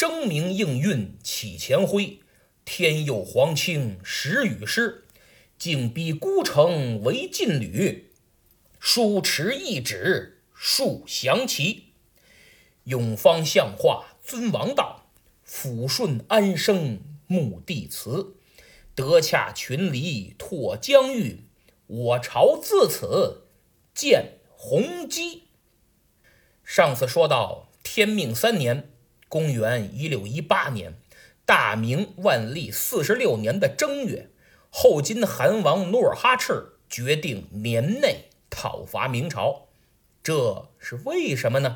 争明应运起前晖，天佑皇亲时与师。竟逼孤城为劲旅，书持一旨树降旗。永芳相化尊王道，抚顺安生穆帝祠。德洽群黎拓疆域，我朝自此见弘基。上次说到天命3年，公元1618年，大明万历46年的正月，后金韩王努尔哈赤决定年内讨伐明朝。这是为什么呢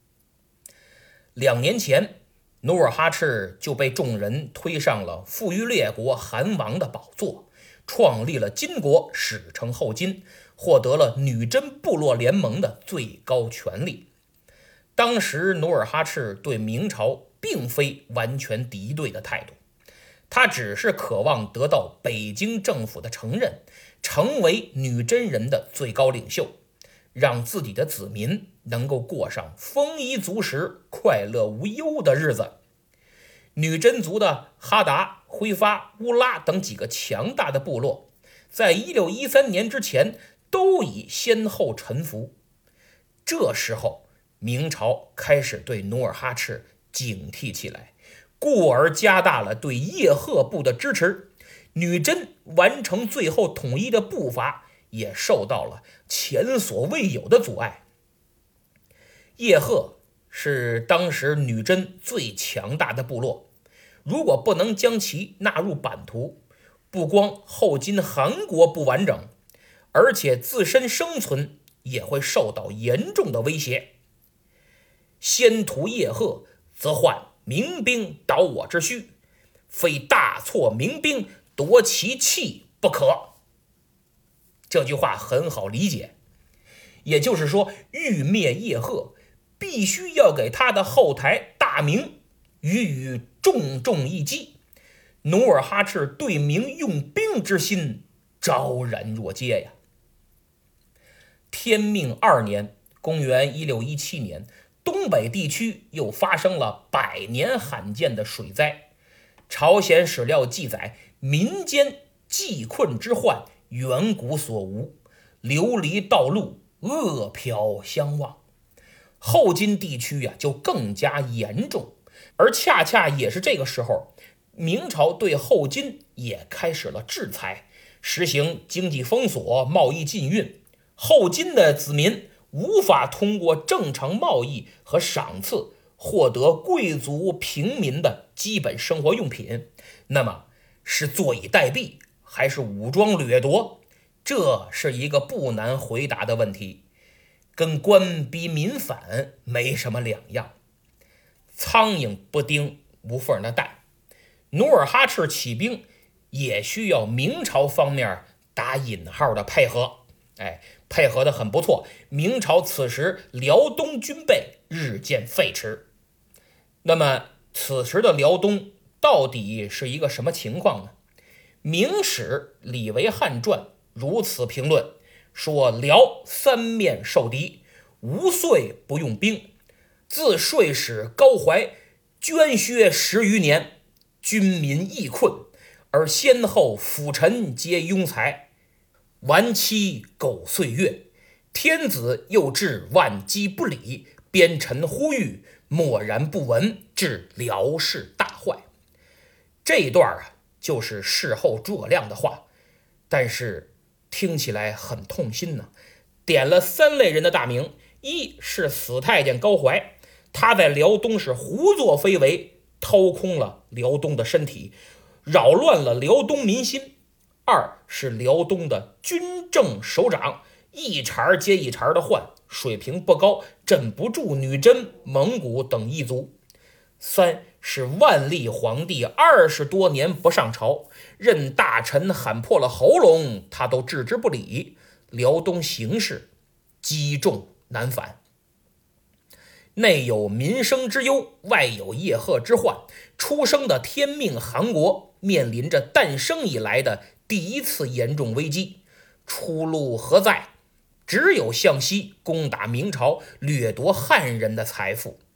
？2年前，努尔哈赤就被众人推上了富裕列国韩王的宝座，创立了金国，史称后金，获得了女真部落联盟的最高权力。当时努尔哈赤对明朝并非完全敌对的态度，他只是渴望得到北京政府的承认，成为女真人的最高领袖，让自己的子民能够过上丰衣足食、快乐无忧的日子。女真族的哈达、辉发、乌拉等几个强大的部落，在1613年之前都已先后臣服。这时候，明朝开始对努尔哈赤警惕起来，故而加大了对叶赫部的支持。女真完成最后统一的步伐也受到了前所未有的阻碍。叶赫是当时女真最强大的部落，如果不能将其纳入版图，不光后金韩国不完整，而且自身生存也会受到严重的威胁。先屠叶赫，则患民兵倒我之需，非大挫民兵夺其气不可。这句话很好理解，也就是说，欲灭叶赫，必须要给他的后台大明予以重重一击。努尔哈赤对明用兵之心昭然若揭呀。天命2年，公元1617年，东北地区又发生了100年罕见的水灾。朝鲜史料记载，民间饥困之患远古所无，流离道路，饿殍相望。后金地区就更加严重，而恰恰也是这个时候，明朝对后金也开始了制裁，实行经济封锁、贸易禁运。后金的子民无法通过正常贸易和赏赐获得贵族平民的基本生活用品，那么是坐以待毙还是武装掠夺？这是一个不难回答的问题，跟官逼民反没什么两样。苍蝇不叮无缝的蛋，努尔哈赤起兵也需要明朝方面打引号的配合，配合得很不错。明朝此时辽东军备日渐废弛。那么此时的辽东到底是一个什么情况呢？明史李维汉传如此评论说：辽3面受敌，无岁不用兵，自税使高怀捐削10余年，军民易困，而先后辅臣皆庸才，顽期苟岁月，天子又至万机不理，边臣呼吁，默然不闻，致辽事大坏。这一段就是事后诸葛亮的话，但是听起来很痛心呢。点了3类人的大名：一是死太监高怀，他在辽东是胡作非为，掏空了辽东的身体，扰乱了辽东民心；二是辽东的军政首长，一茬接一茬的换，水平不高，镇不住女真、蒙古等异族；三是万历皇帝20多年不上朝，任大臣喊破了喉咙，他都置之不理，辽东形势积重难返。内有民生之忧，外有叶赫之患，出生的天命韩国面临着诞生以来的第一次严重危机，出路何在？只有向西攻打明朝，掠夺汉人的财富。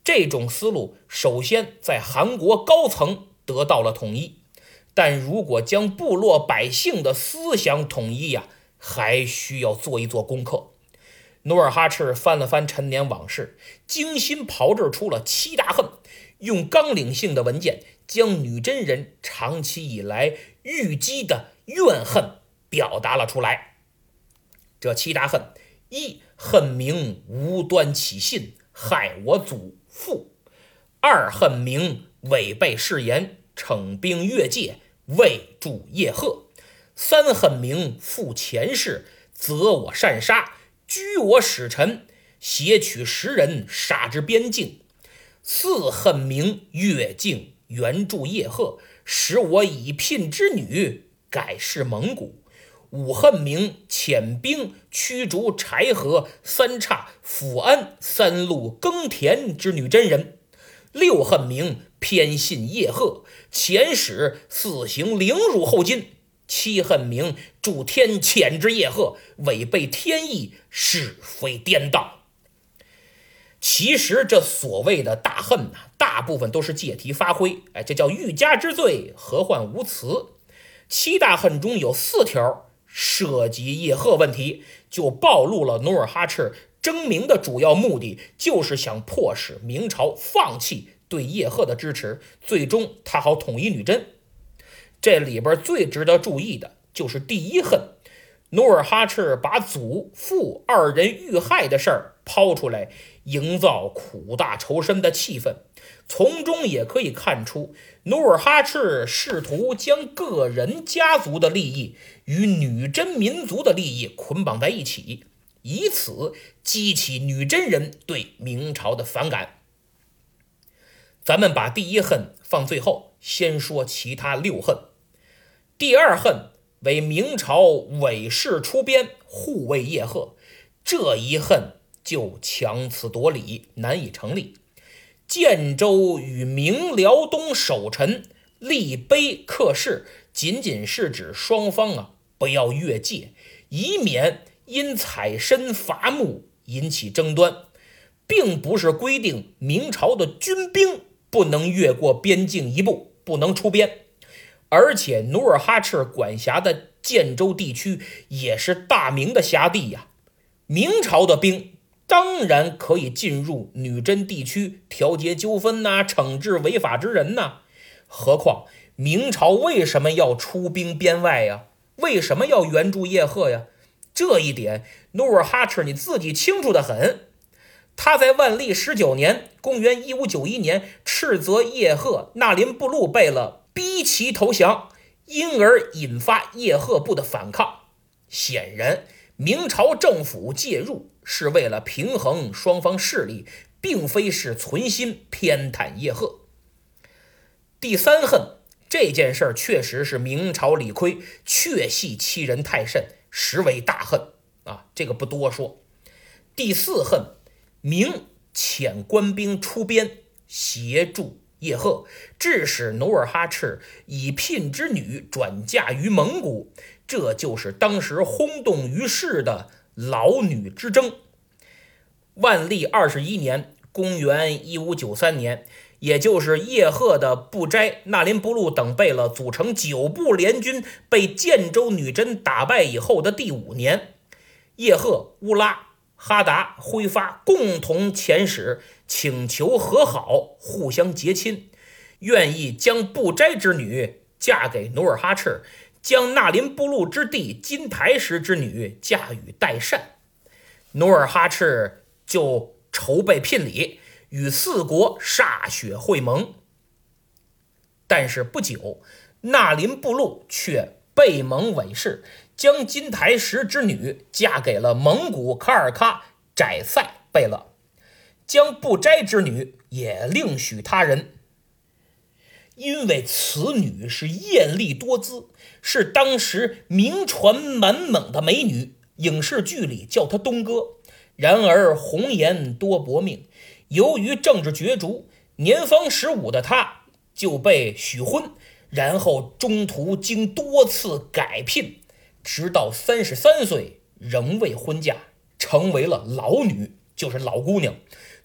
这种思路首先在韩国高层得到了统一，但如果将部落百姓的思想统一还需要做一做功课。努尔哈赤翻了翻陈年往事，精心炮制出了7大恨，用纲领性的文件将女真人长期以来郁积的怨恨表达了出来。这7大恨：一、恨明无端起信，害我祖父；二、恨明违背誓言，惩兵越界，未助叶赫；三、恨明负前世，责我擅杀，拘我使臣，挟取10人，杀之边境；四、恨明越境，援助叶赫，使我以聘之女改氏蒙古；五、恨明遣兵驱逐柴河、三岔、抚安3路耕田之女真人；六、恨明偏信叶赫，遣使4行凌辱后金；七、恨明助天谴之叶赫，违背天意，是非颠倒。其实这所谓的大恨大部分都是借题发挥，这叫欲加之罪，何患无辞。7大恨中有4条涉及叶赫问题，就暴露了努尔哈赤征明的主要目的，就是想迫使明朝放弃对叶赫的支持，最终他好统一女真。这里边最值得注意的就是第一恨，努尔哈赤把祖父2人遇害的事儿抛出来，营造苦大仇深的气氛。从中也可以看出，努尔哈赤试图将个人家族的利益与女真民族的利益捆绑在一起，以此激起女真人对明朝的反感。咱们把第一恨放最后，先说其他6恨。第二恨为明朝伪士出边护卫叶赫，这一恨就强词夺理，难以成立。建州与明辽东守臣立碑刻誓，仅仅是指双方不要越界，以免因采参伐木引起争端，并不是规定明朝的军兵不能越过边境一步，不能出边。而且努尔哈赤管辖的建州地区也是大明的辖地明朝的兵当然可以进入女真地区调节纠纷惩治违法之人何况明朝为什么要出兵边外为什么要援助叶赫这一点努尔哈赤你自己清楚得很。他在万历19年公元1591年斥责叶赫纳林布禄贝勒逼其投降，因而引发叶赫部的反抗。显然明朝政府介入是为了平衡双方势力，并非是存心偏袒叶赫。第三恨，这件事确实是明朝理亏，确系欺人太甚，实为大恨这个不多说。第四恨，明遣官兵出边协助叶赫，致使努尔哈赤以聘之女转嫁于蒙古，这就是当时轰动于世的老女之争。万历21年公元1593年，也就是叶赫的布斋、纳林布禄等贝勒组成9部联军被建州女真打败以后的第5年，叶赫、乌拉、哈达、辉发共同遣使请求和好，互相结亲，愿意将布斋之女嫁给努尔哈赤，将纳林布禄之弟金台石之女嫁与代善。努尔哈赤就筹备聘礼，与4国歃血会盟。但是不久，纳林布禄却背盟违誓，将金台石之女嫁给了蒙古卡尔喀窄塞贝勒，将布斋之女也另许他人。因为此女是艳丽多姿，是当时名传满蒙的美女，影视剧里叫她东哥。然而红颜多薄命，由于政治角逐，年方15的她就被许婚，然后中途经多次改聘，直到33岁仍未婚嫁，成为了老女，就是老姑娘。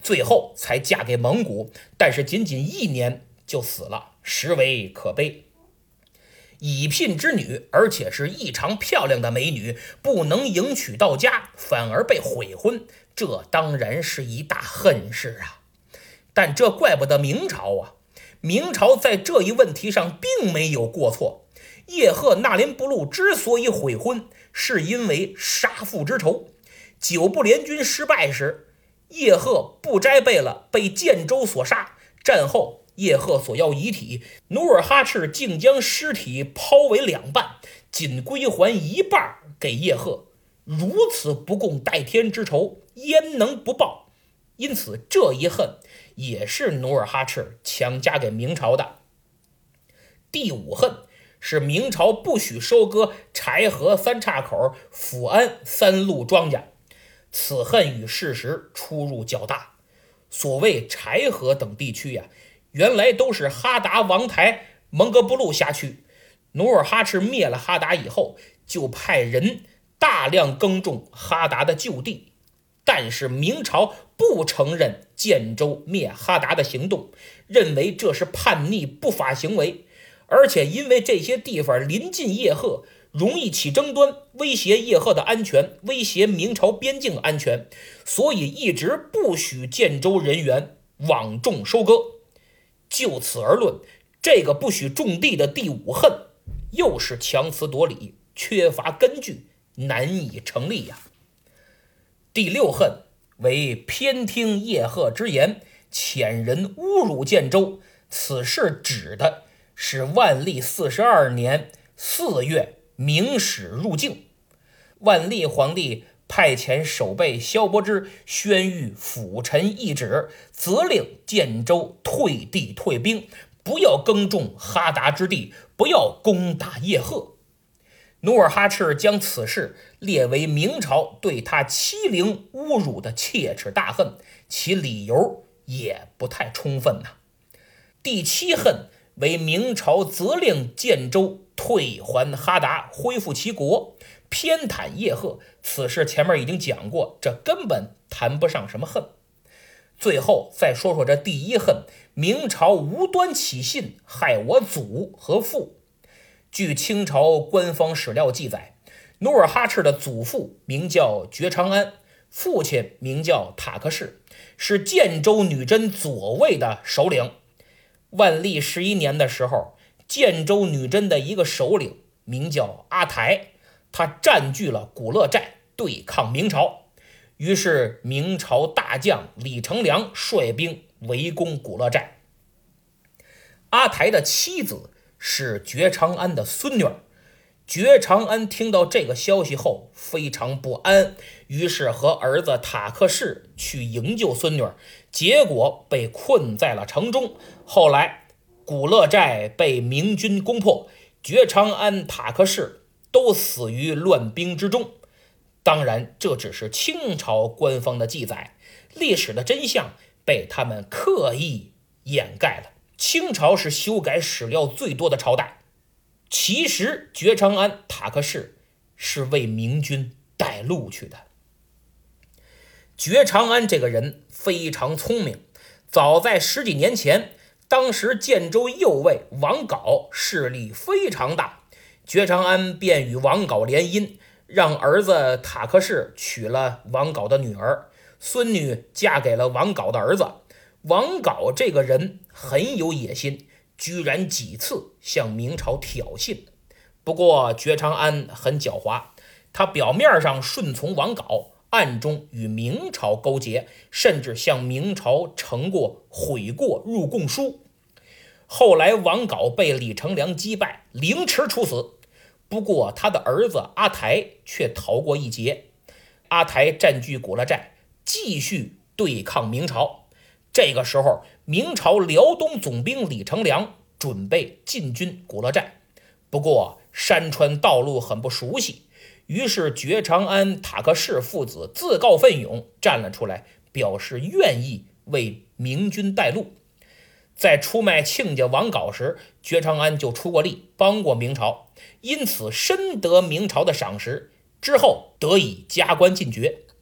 最后才嫁给蒙古，但是仅仅1年就死了，实为可悲。已聘之女，而且是异常漂亮的美女，不能迎娶到家，反而被悔婚，这当然是一大恨事啊。但这怪不得明朝啊，明朝在这一问题上并没有过错。叶赫那林不禄之所以悔婚，是因为杀父之仇。九部联军失败时，叶赫不斋贝勒被建州所杀，战后叶赫索要遗体，努尔哈赤竟将尸体抛为2半，仅归还1半给叶赫。如此不共戴天之仇，焉能不报？因此这一恨也是努尔哈赤强加给明朝的。第5恨是明朝不许收割柴河3岔口、抚安3路庄稼，此恨与事实出入较大。所谓柴河等地区呀，原来都是哈达王台蒙哥布路辖区。努尔哈赤灭了哈达以后，就派人大量耕种哈达的旧地，但是明朝不承认建州灭哈达的行动，认为这是叛逆不法行为，而且因为这些地方临近叶赫，容易起争端，威胁叶赫的安全，威胁明朝边境安全，所以一直不许建州人员枉种收割。就此而论，这个不许种地的第5恨又是强词夺理，缺乏根据，难以成立呀。第6恨为偏听叶赫之言，遣人侮辱建州，此事指的是万历42年4月明史入境。万历皇帝派遣守备萧伯之宣谕辅臣懿旨，责令建州退地退兵，不要耕种哈达之地，不要攻打叶赫。努尔哈赤将此事列为明朝对他欺凌侮辱的切齿大恨，其理由也不太充分呐。第7恨为明朝责令建州退还哈达，恢复其国，偏袒叶赫。此事前面已经讲过，这根本谈不上什么恨。最后再说说这第1恨，明朝无端起信害我祖和父。据清朝官方史料记载，努尔哈赤的祖父名叫觉长安，父亲名叫塔克氏，是建州女真左卫的首领。万历11年的时候，建州女真的一个首领名叫阿台，他占据了古勒寨对抗明朝，于是明朝大将李成梁率兵围攻古勒寨。阿台的妻子是觉长安的孙女儿，觉长安听到这个消息后非常不安，于是和儿子塔克氏去营救孙女儿，结果被困在了城中。后来古勒寨被明军攻破，觉长安、塔克氏都死于乱兵之中。当然这只是清朝官方的记载，历史的真相被他们刻意掩盖了。清朝是修改史料最多的朝代，其实觉长安、塔克氏是为明军带路去的。觉长安这个人非常聪明，早在10几年前，当时建州右卫王杲势力非常大，觉长安便与王杲联姻，让儿子塔克氏娶了王杲的女儿，孙女嫁给了王杲的儿子。王杲这个人很有野心，居然几次向明朝挑衅。不过觉长安很狡猾，他表面上顺从王杲，暗中与明朝勾结，甚至向明朝呈过悔过入贡书。后来王杲被李成梁击败，凌迟处死。不过他的儿子阿台却逃过一劫。阿台占据古勒寨，继续对抗明朝。这个时候，明朝辽东总兵李成梁准备进军古勒寨，不过山川道路很不熟悉，于是觉长安、塔克氏父子自告奋勇站了出来，表示愿意为明军带路。在出卖亲家王杲时，觉长安就出过力，帮过明朝，因此深得明朝的赏识，之后得以加官进爵。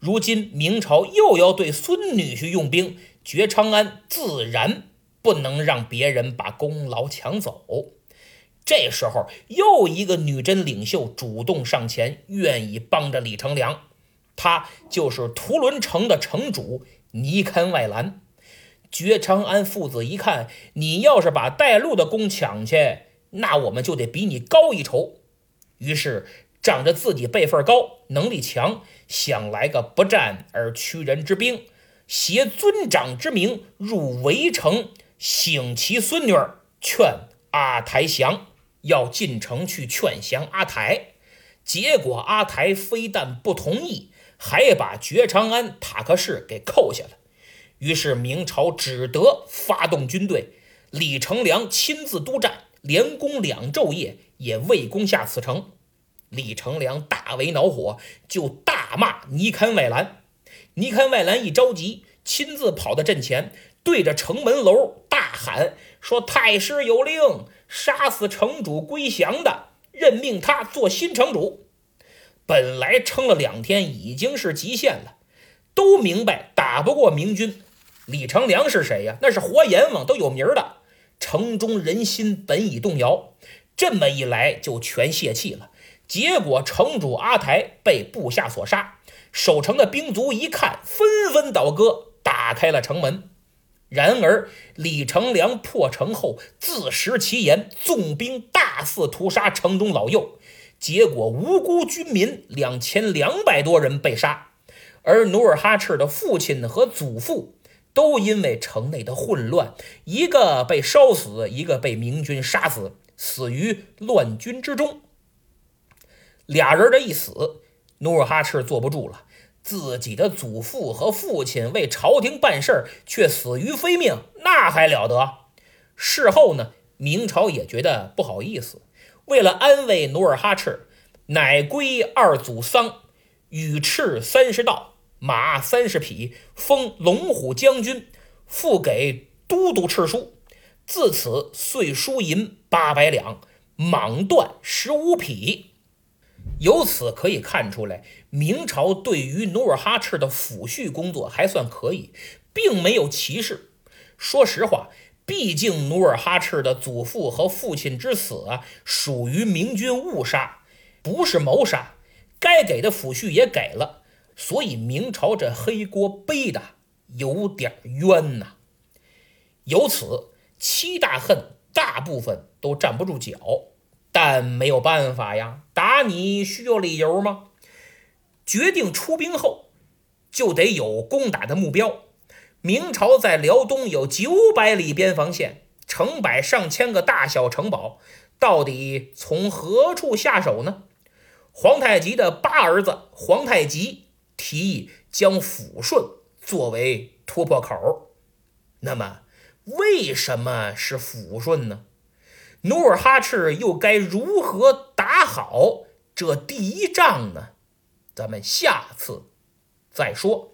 如今明朝又要对孙女婿用兵，觉昌安自然不能让别人把功劳抢走。这时候又一个女真领袖主动上前，愿意帮着李成梁，他就是图伦城的城主尼堪外兰。觉昌安父子一看，你要是把带路的功抢去，那我们就得比你高一筹。于是仗着自己辈分高，能力强，想来个不战而屈人之兵，携尊长之名入围城，请其孙女儿劝阿台降，要进城去劝降阿台。结果阿台非但不同意，还把觉昌安塔克氏给扣下了。于是明朝只得发动军队，李成梁亲自督战，连攻2昼夜，也未攻下此城。李成梁大为恼火，就大骂尼堪外兰。尼堪外兰一着急，亲自跑到阵前，对着城门楼大喊说：太师有令，杀死城主归降的，任命他做新城主。本来撑了2天已经是极限了，都明白打不过明军。李成梁是谁呀？那是活阎王，都有名的。城中人心本已动摇，这么一来就全泄气了。结果城主阿台被部下所杀，守城的兵卒一看，纷纷倒戈，打开了城门。然而李成梁破城后自食其言，纵兵大肆屠杀城中老幼，结果无辜军民2200多人被杀，而努尔哈赤的父亲和祖父都因为城内的混乱，一个被烧死，一个被明军杀死，死于乱军之中。俩人的一死，努尔哈赤坐不住了，自己的祖父和父亲为朝廷办事却死于非命，那还了得？事后呢，明朝也觉得不好意思，为了安慰努尔哈赤，乃归2祖丧，羽敕30道，马30匹，封龙虎将军，复给都督敕书。自此岁输银800两，蟒缎15匹。由此可以看出来，明朝对于努尔哈赤的抚恤工作还算可以，并没有歧视。说实话，毕竟努尔哈赤的祖父和父亲之死属于明军误杀，不是谋杀，该给的抚恤也给了，所以明朝这黑锅背的有点冤呐。由此7大恨大部分都站不住脚，但没有办法呀，打你需要理由吗？决定出兵后，就得有攻打的目标。明朝在辽东有900里边防线，成百上千个大小城堡，到底从何处下手呢？皇太极的8儿子皇太极提议将抚顺作为突破口。那么为什么是抚顺呢？努尔哈赤又该如何打好这第一仗呢？咱们下次再说。